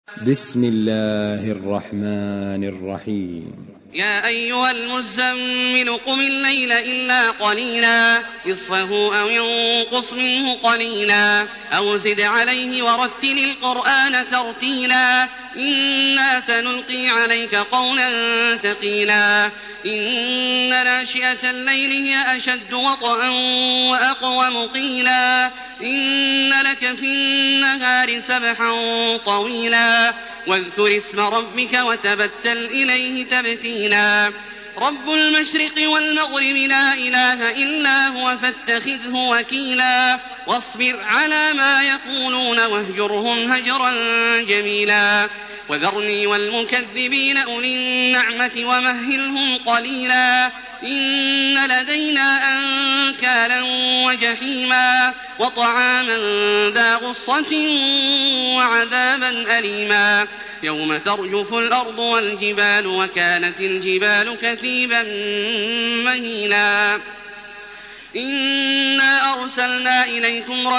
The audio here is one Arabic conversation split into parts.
بسم الله الرحمن الرحيم. يا أيها المزمل قم الليل إلا قليلا نصفه أو ينقص منه قليلا أو زد عليه ورتل القرآن ترتيلا إنا سنلقي عليك قولا ثقيلا إن ناشئة الليل هي أشد وطئا وأقوم قيلا إن لك في النهار سبحا طويلا واذكر اسم ربك وتبتل إليه تبتيلا رب المشرق والمغرب لا إله إلا هو فاتخذه وكيلا واصبر على ما يقولون واهجرهم هجرا جميلا وذرني والمكذبين أولي النعمة ومهلهم قليلا إن لدينا أنكالا وجحيما وطعاما ذا غصة وعذابا أليما يوم ترجف الأرض والجبال وكانت الجبال كثيبا مهيلا إنا أرسلنا إليكم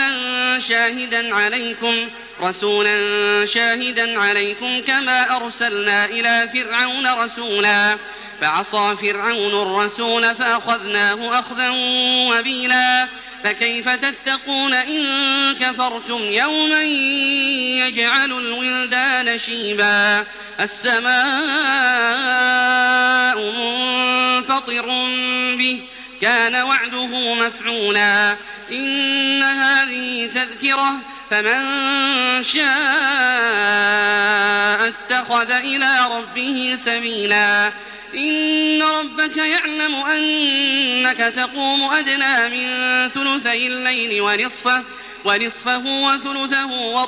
رسولا شاهدا عليكم كما أرسلنا إلى فرعون رسولا فعصى فرعون الرسول فأخذناه أخذا وبيلا فكيف تتقون إن كفرتم يوما يجعل الولدان شيبا السماء منفطر به كان وعده مفعولا إن هذه تذكرة فمن شاء اتخذ إلى ربه سبيلا إن ربك يعلم أنك تقوم أدنى من ثلثي الليل ونصفه وثلثه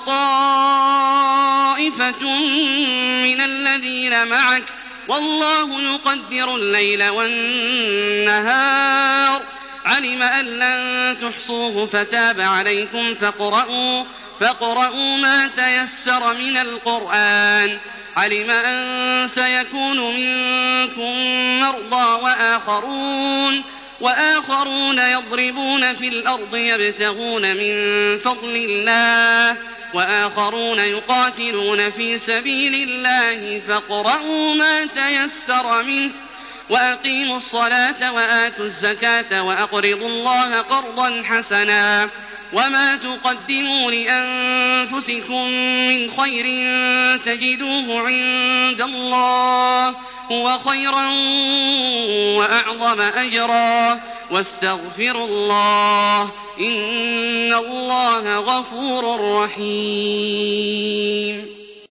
وطائفة من الذين معك والله يقدر الليل والنهار علم أن لن تحصوه فتاب عليكم فاقرؤوا ما تيسر من القرآن علم أن سيكون منكم مرضى وآخرون يضربون في الأرض يبتغون من فضل الله وآخرون يقاتلون في سبيل الله فاقرؤوا ما تيسر منه وأقيموا الصلاة وآتوا الزكاة وأقرضوا الله قرضا حسنا وما تقدموا لأنفسكم من خير تجدوه عند الله هو خيرا وأعظم أجرا واستغفروا الله إن الله غفور رحيم.